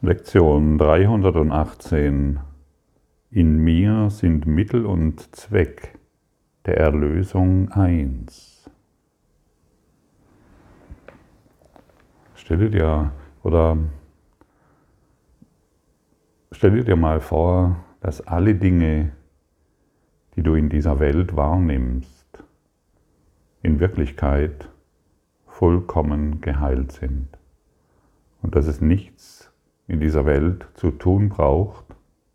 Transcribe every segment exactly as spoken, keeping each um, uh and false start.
Lektion dreihundertachtzehn. In mir sind Mittel und Zweck der Erlösung eins. Stelle dir oder stelle dir mal vor, dass alle Dinge, die du in dieser Welt wahrnimmst, in Wirklichkeit vollkommen geheilt sind und dass es nichts in dieser Welt zu tun braucht,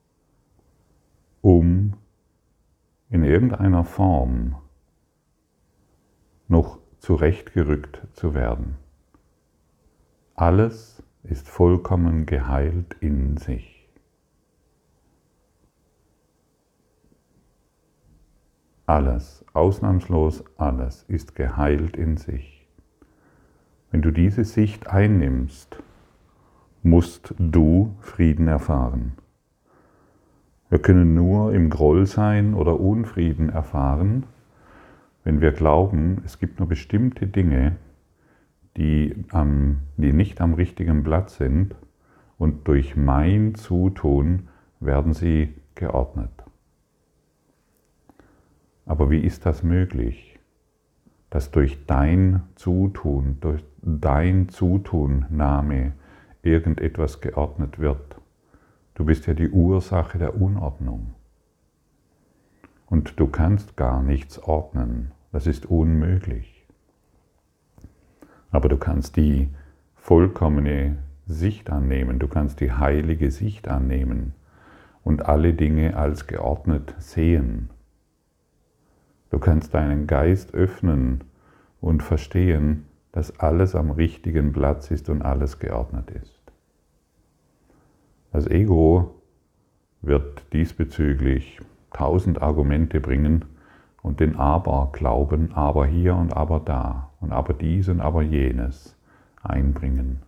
um in irgendeiner Form noch zurechtgerückt zu werden. Alles ist vollkommen geheilt in sich. Alles, ausnahmslos alles, ist geheilt in sich. Wenn du diese Sicht einnimmst, musst du Frieden erfahren. Wir können nur im Groll sein oder Unfrieden erfahren, wenn wir glauben, es gibt nur bestimmte Dinge, die, am, die nicht am richtigen Platz sind und durch mein Zutun werden sie geordnet. Aber wie ist das möglich, dass durch dein Zutun, durch dein Zutunnahme irgendetwas geordnet wird? Du bist ja die Ursache der Unordnung. Und du kannst gar nichts ordnen. Das ist unmöglich. Aber du kannst die vollkommene Sicht annehmen. Du kannst die heilige Sicht annehmen und alle Dinge als geordnet sehen. Du kannst deinen Geist öffnen und verstehen, dass alles am richtigen Platz ist und alles geordnet ist. Das Ego wird diesbezüglich tausend Argumente bringen und den Aberglauben, aber hier und aber da und aber dies und aber jenes einbringen.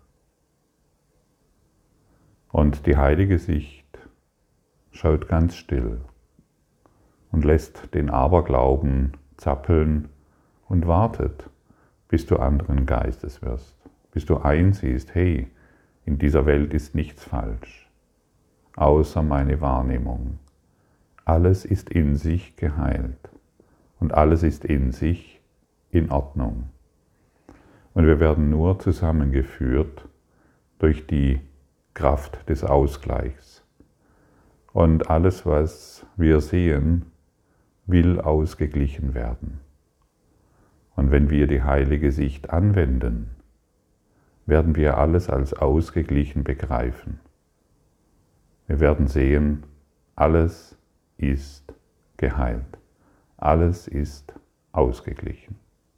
Und die heilige Sicht schaut ganz still und lässt den Aberglauben zappeln und wartet, bis du anderen Geistes wirst, bis du einsiehst, hey, in dieser Welt ist nichts falsch, außer meine Wahrnehmung. Alles ist in sich geheilt und alles ist in sich in Ordnung. Und wir werden nur zusammengeführt durch die Kraft des Ausgleichs. Und alles, was wir sehen, will ausgeglichen werden. Und wenn wir die heilige Sicht anwenden, werden wir alles als ausgeglichen begreifen. Wir werden sehen, alles ist geheilt. Alles ist ausgeglichen.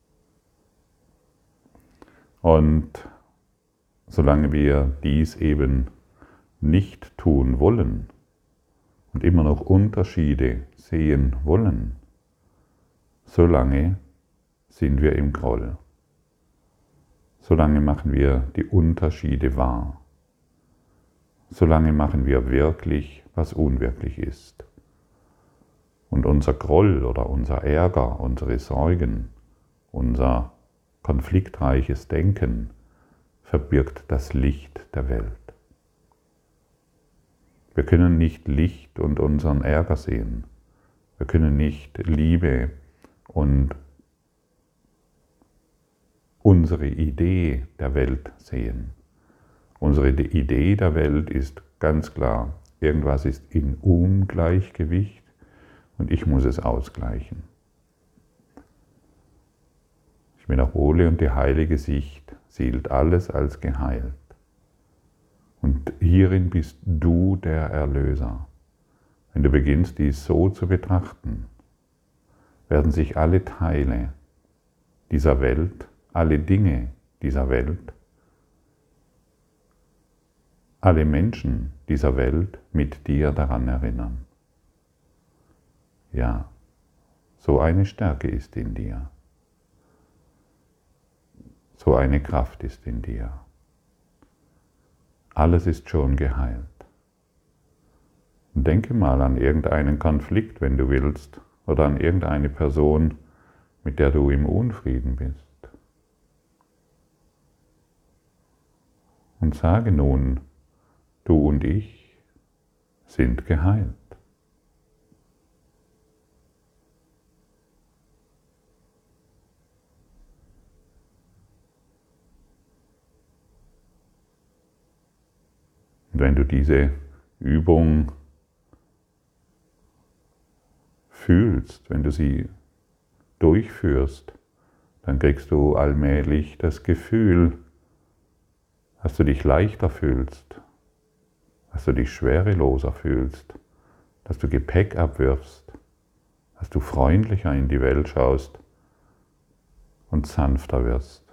Und solange wir dies eben nicht tun wollen und immer noch Unterschiede sehen wollen, solange sind wir im Groll. Solange machen wir die Unterschiede wahr. Solange machen wir wirklich, was unwirklich ist. Und unser Groll oder unser Ärger, unsere Sorgen, unser konfliktreiches Denken verbirgt das Licht der Welt. Wir können nicht Licht und unseren Ärger sehen. Wir können nicht Liebe und unsere Idee der Welt sehen. Unsere Idee der Welt ist ganz klar, irgendwas ist in Ungleichgewicht und ich muss es ausgleichen. Ich wiederhole, und die heilige Sicht sieht alles als geheilt. Und hierin bist du der Erlöser. Wenn du beginnst, dies so zu betrachten, werden sich alle Teile dieser Welt, alle Dinge dieser Welt, alle Menschen dieser Welt mit dir daran erinnern. Ja, so eine Stärke ist in dir. So eine Kraft ist in dir. Alles ist schon geheilt. Denke mal an irgendeinen Konflikt, wenn du willst, oder an irgendeine Person, mit der du im Unfrieden bist. Und sage nun, Du und ich sind geheilt. Und wenn du diese Übung fühlst, wenn du sie durchführst, dann kriegst du allmählich das Gefühl, dass du dich leichter fühlst, dass du dich schwereloser fühlst, dass du Gepäck abwirfst, dass du freundlicher in die Welt schaust und sanfter wirst.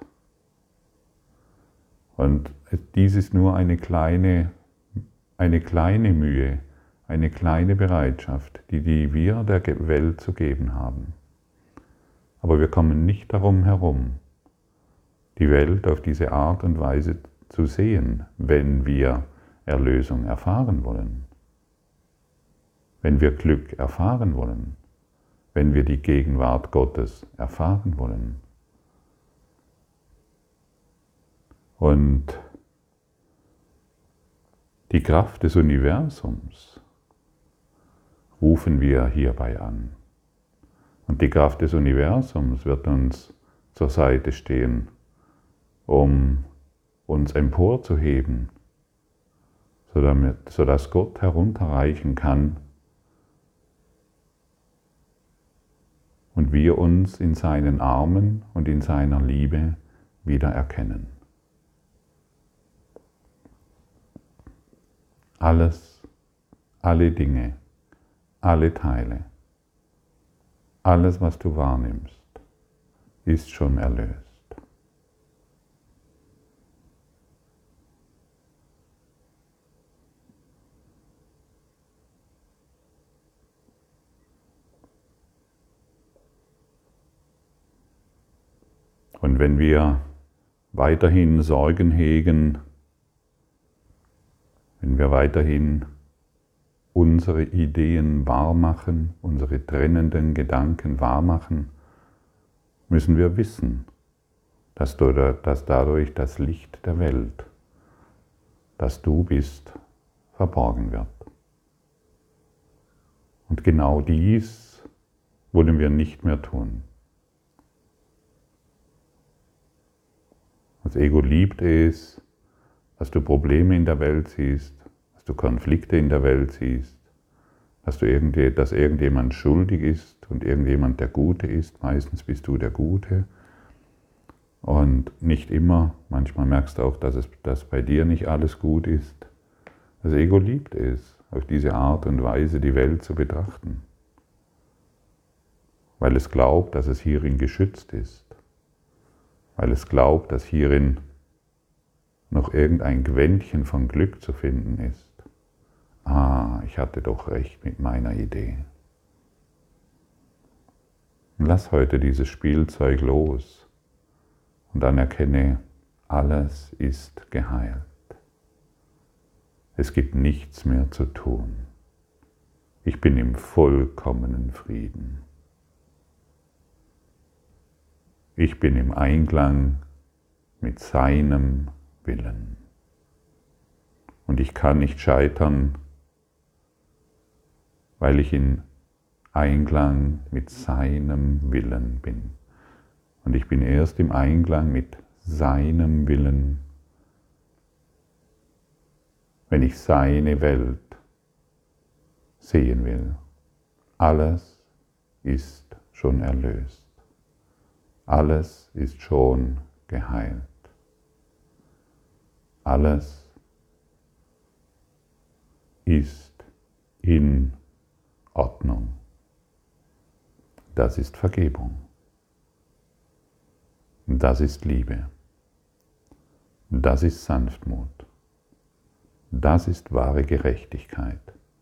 Und dies ist nur eine kleine, eine kleine Mühe, eine kleine Bereitschaft, die, die wir der Welt zu geben haben. Aber wir kommen nicht darum herum, die Welt auf diese Art und Weise zu sehen, wenn wir Erlösung erfahren wollen, wenn wir Glück erfahren wollen, wenn wir die Gegenwart Gottes erfahren wollen. Und die Kraft des Universums rufen wir hierbei an. Und die Kraft des Universums wird uns zur Seite stehen, um uns emporzuheben, sodass Gott herunterreichen kann und wir uns in seinen Armen und in seiner Liebe wiedererkennen. Alles, alle Dinge, alle Teile, alles, was du wahrnimmst, ist schon erlöst. Und wenn wir weiterhin Sorgen hegen, wenn wir weiterhin unsere Ideen wahrmachen, unsere trennenden Gedanken wahrmachen, müssen wir wissen, dass dadurch das Licht der Welt, das du bist, verborgen wird. Und genau dies wollen wir nicht mehr tun. Das Ego liebt es, dass du Probleme in der Welt siehst, dass du Konflikte in der Welt siehst, dass, du irgend, dass irgendjemand schuldig ist und irgendjemand der Gute ist. Meistens bist du der Gute. Und nicht immer, manchmal merkst du auch, dass, es, dass bei dir nicht alles gut ist. Das Ego liebt es, auf diese Art und Weise die Welt zu betrachten, weil es glaubt, dass es hierin geschützt ist, weil es glaubt, dass hierin noch irgendein Quäntchen von Glück zu finden ist. Ah, ich hatte doch recht mit meiner Idee. Lass heute dieses Spielzeug los und anerkenne, alles ist geheilt. Es gibt nichts mehr zu tun. Ich bin im vollkommenen Frieden. Ich bin im Einklang mit seinem Willen. Und ich kann nicht scheitern, weil ich in Einklang mit seinem Willen bin. Und ich bin erst im Einklang mit seinem Willen, wenn ich seine Welt sehen will. Alles ist schon erlöst. Alles ist schon geheilt. Alles ist in Ordnung. Das ist Vergebung. Das ist Liebe. Das ist Sanftmut. Das ist wahre Gerechtigkeit.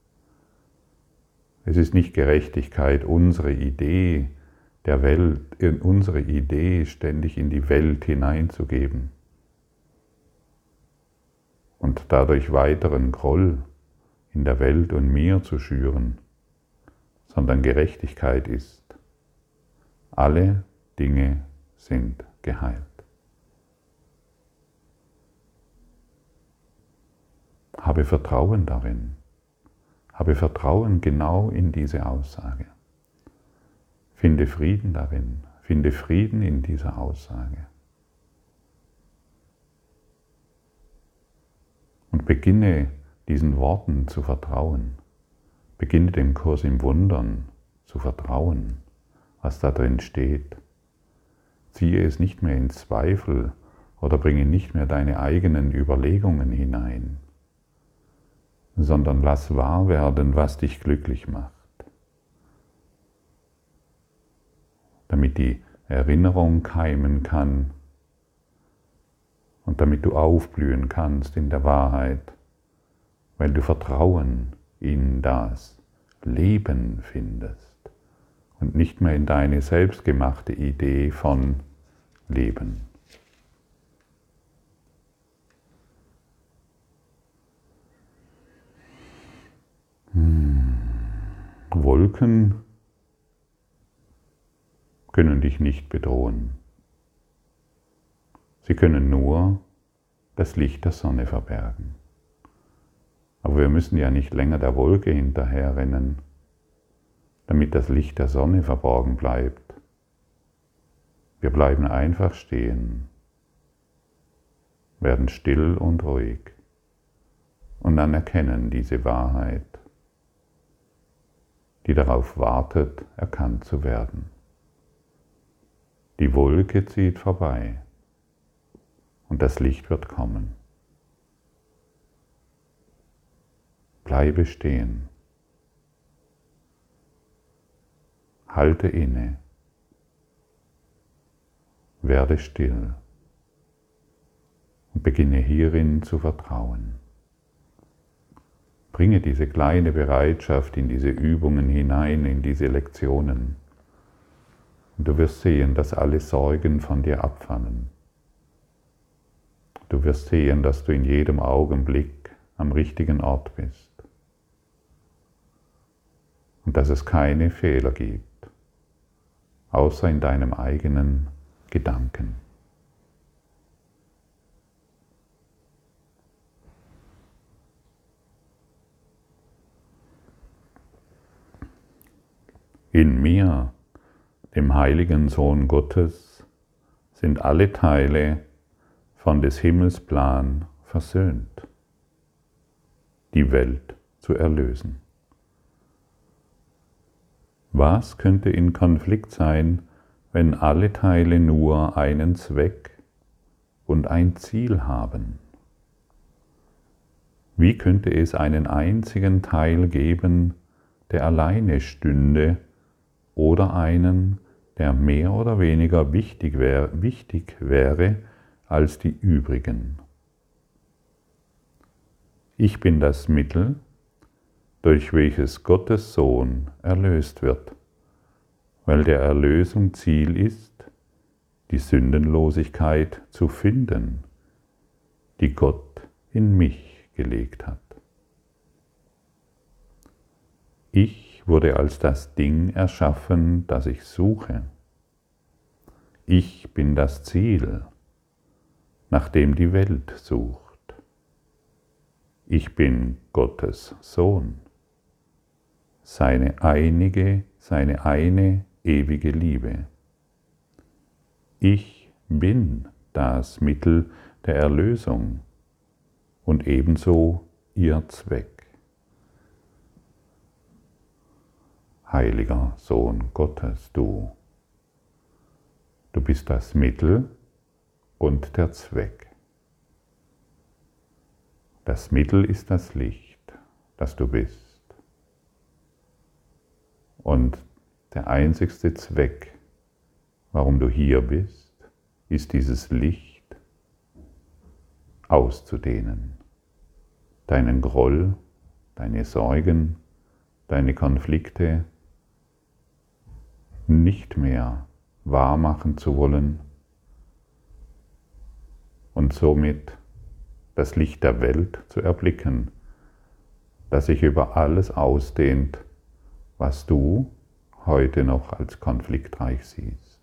Es ist nicht Gerechtigkeit, unsere Idee der Welt, in unsere Idee ständig in die Welt hineinzugeben und dadurch weiteren Groll in der Welt und mir zu schüren, sondern Gerechtigkeit ist, alle Dinge sind geheilt. Habe Vertrauen darin. Habe Vertrauen genau in diese Aussage. Finde Frieden darin. Finde Frieden in dieser Aussage. Und beginne diesen Worten zu vertrauen. Beginne dem Kurs im Wundern zu vertrauen, was da drin steht. Ziehe es nicht mehr in Zweifel oder bringe nicht mehr deine eigenen Überlegungen hinein, sondern lass wahr werden, was dich glücklich macht. Damit die Erinnerung keimen kann und damit du aufblühen kannst in der Wahrheit, weil du Vertrauen in das Leben findest und nicht mehr in deine selbstgemachte Idee von Leben. Hm. Wolken können dich nicht bedrohen. Sie können nur das Licht der Sonne verbergen. Aber wir müssen ja nicht länger der Wolke hinterherrennen, damit das Licht der Sonne verborgen bleibt. Wir bleiben einfach stehen, werden still und ruhig und dann erkennen diese Wahrheit, die darauf wartet, erkannt zu werden. Die Wolke zieht vorbei und das Licht wird kommen. Bleibe stehen. Halte inne. Werde still und beginne hierin zu vertrauen. Bringe diese kleine Bereitschaft in diese Übungen hinein, in diese Lektionen. Und du wirst sehen, dass alle Sorgen von dir abfallen. Du wirst sehen, dass du in jedem Augenblick am richtigen Ort bist. Und dass es keine Fehler gibt, außer in deinem eigenen Gedanken. In mir, dem heiligen Sohn Gottes, sind alle Teile von des Himmels Plan versöhnt, die Welt zu erlösen. Was könnte in Konflikt sein, wenn alle Teile nur einen Zweck und ein Ziel haben? Wie könnte es einen einzigen Teil geben, der alleine stünde, oder einen, der mehr oder weniger wichtig, wär, wichtig wäre als die übrigen? Ich bin das Mittel, durch welches Gottes Sohn erlöst wird, weil der Erlösung Ziel ist, die Sündenlosigkeit zu finden, die Gott in mich gelegt hat. Ich wurde als das Ding erschaffen, das ich suche. Ich bin das Ziel, nach dem die Welt sucht. Ich bin Gottes Sohn, seine einige, seine eine ewige Liebe. Ich bin das Mittel der Erlösung und ebenso ihr Zweck. Heiliger Sohn Gottes, du. Du bist das Mittel und der Zweck. Das Mittel ist das Licht, das du bist. Und der einzigste Zweck, warum du hier bist, ist dieses Licht auszudehnen. Deinen Groll, deine Sorgen, deine Konflikte nicht mehr wahr machen zu wollen und somit das Licht der Welt zu erblicken, das sich über alles ausdehnt, was du heute noch als konfliktreich siehst.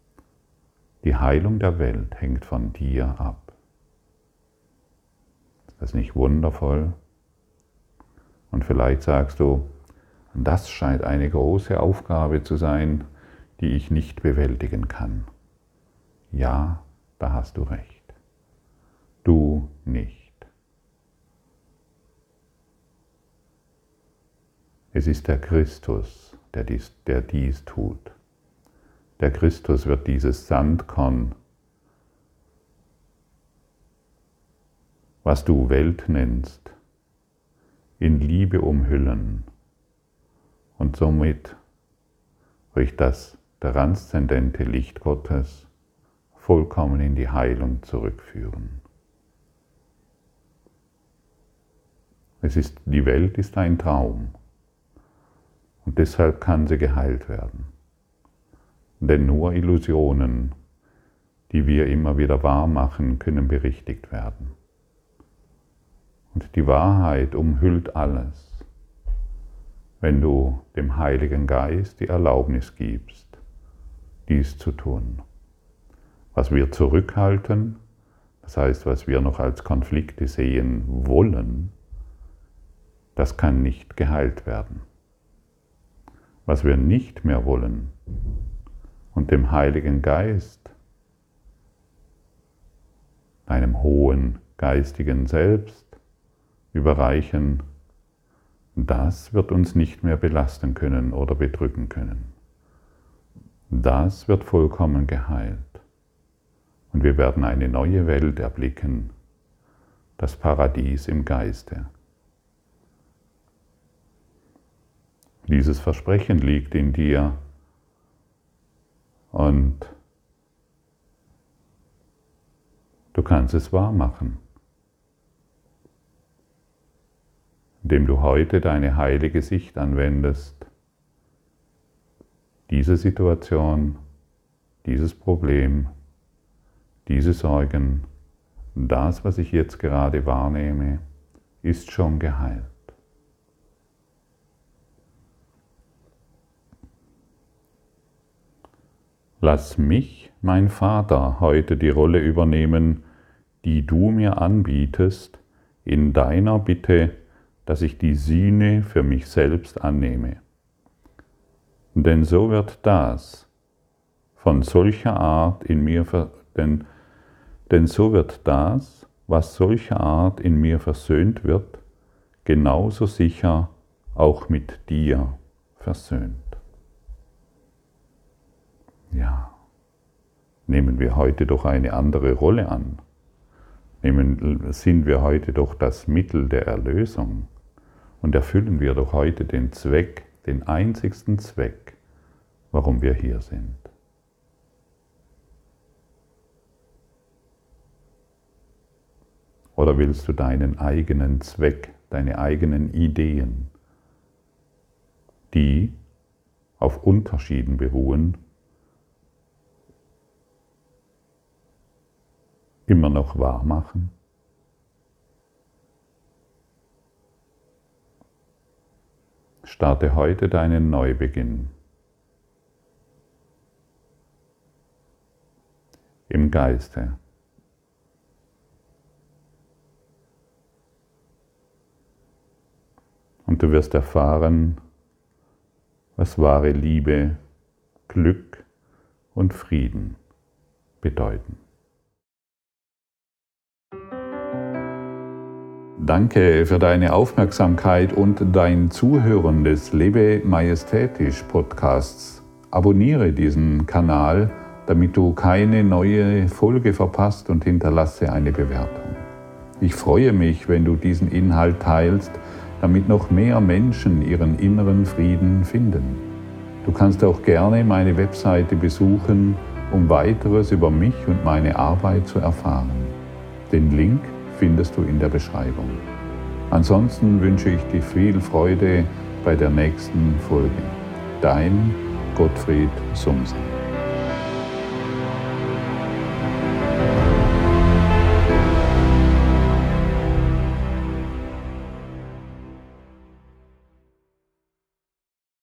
Die Heilung der Welt hängt von dir ab. Das ist nicht wundervoll? Und vielleicht sagst du, das scheint eine große Aufgabe zu sein, die ich nicht bewältigen kann. Ja, da hast du recht. Du nicht. Es ist der Christus, der dies, der dies tut. Der Christus wird dieses Sandkorn, was du Welt nennst, in Liebe umhüllen und somit durch das transzendente Licht Gottes vollkommen in die Heilung zurückführen. Es ist, die Welt ist ein Traum und deshalb kann sie geheilt werden. Denn nur Illusionen, die wir immer wieder wahr machen, können berichtigt werden. Und die Wahrheit umhüllt alles, wenn du dem Heiligen Geist die Erlaubnis gibst, dies zu tun. Was wir zurückhalten, das heißt, was wir noch als Konflikte sehen wollen, das kann nicht geheilt werden. Was wir nicht mehr wollen und dem Heiligen Geist, deinem hohen geistigen Selbst, überreichen, das wird uns nicht mehr belasten können oder bedrücken können. Das wird vollkommen geheilt. Und wir werden eine neue Welt erblicken, das Paradies im Geiste. Dieses Versprechen liegt in dir und du kannst es wahr machen, indem du heute deine heilige Sicht anwendest, diese Situation, dieses Problem, diese Sorgen, das, was ich jetzt gerade wahrnehme, ist schon geheilt. Lass mich, mein Vater, heute die Rolle übernehmen, die du mir anbietest, in deiner Bitte, dass ich die Sühne für mich selbst annehme. Denn so wird das von solcher Art in mir, denn, denn so wird das, was solcher Art in mir versöhnt wird, genauso sicher auch mit dir versöhnt. Ja, nehmen wir heute doch eine andere Rolle an. Nehmen, sind wir heute doch das Mittel der Erlösung. Und erfüllen wir doch heute den Zweck, den einzigsten Zweck, warum wir hier sind. Oder willst du deinen eigenen Zweck, deine eigenen Ideen, die auf Unterschieden beruhen, immer noch wahr machen? Starte heute deinen Neubeginn im Geiste. Und du wirst erfahren, was wahre Liebe, Glück und Frieden bedeuten. Danke für deine Aufmerksamkeit und dein Zuhören des Lebe Majestätisch Podcasts. Abonniere diesen Kanal, damit du keine neue Folge verpasst, und hinterlasse eine Bewertung. Ich freue mich, wenn du diesen Inhalt teilst, damit noch mehr Menschen ihren inneren Frieden finden. Du kannst auch gerne meine Webseite besuchen, um weiteres über mich und meine Arbeit zu erfahren. Den Link findest du in der Beschreibung. Ansonsten wünsche ich dir viel Freude bei der nächsten Folge. Dein Gottfried Sumsen.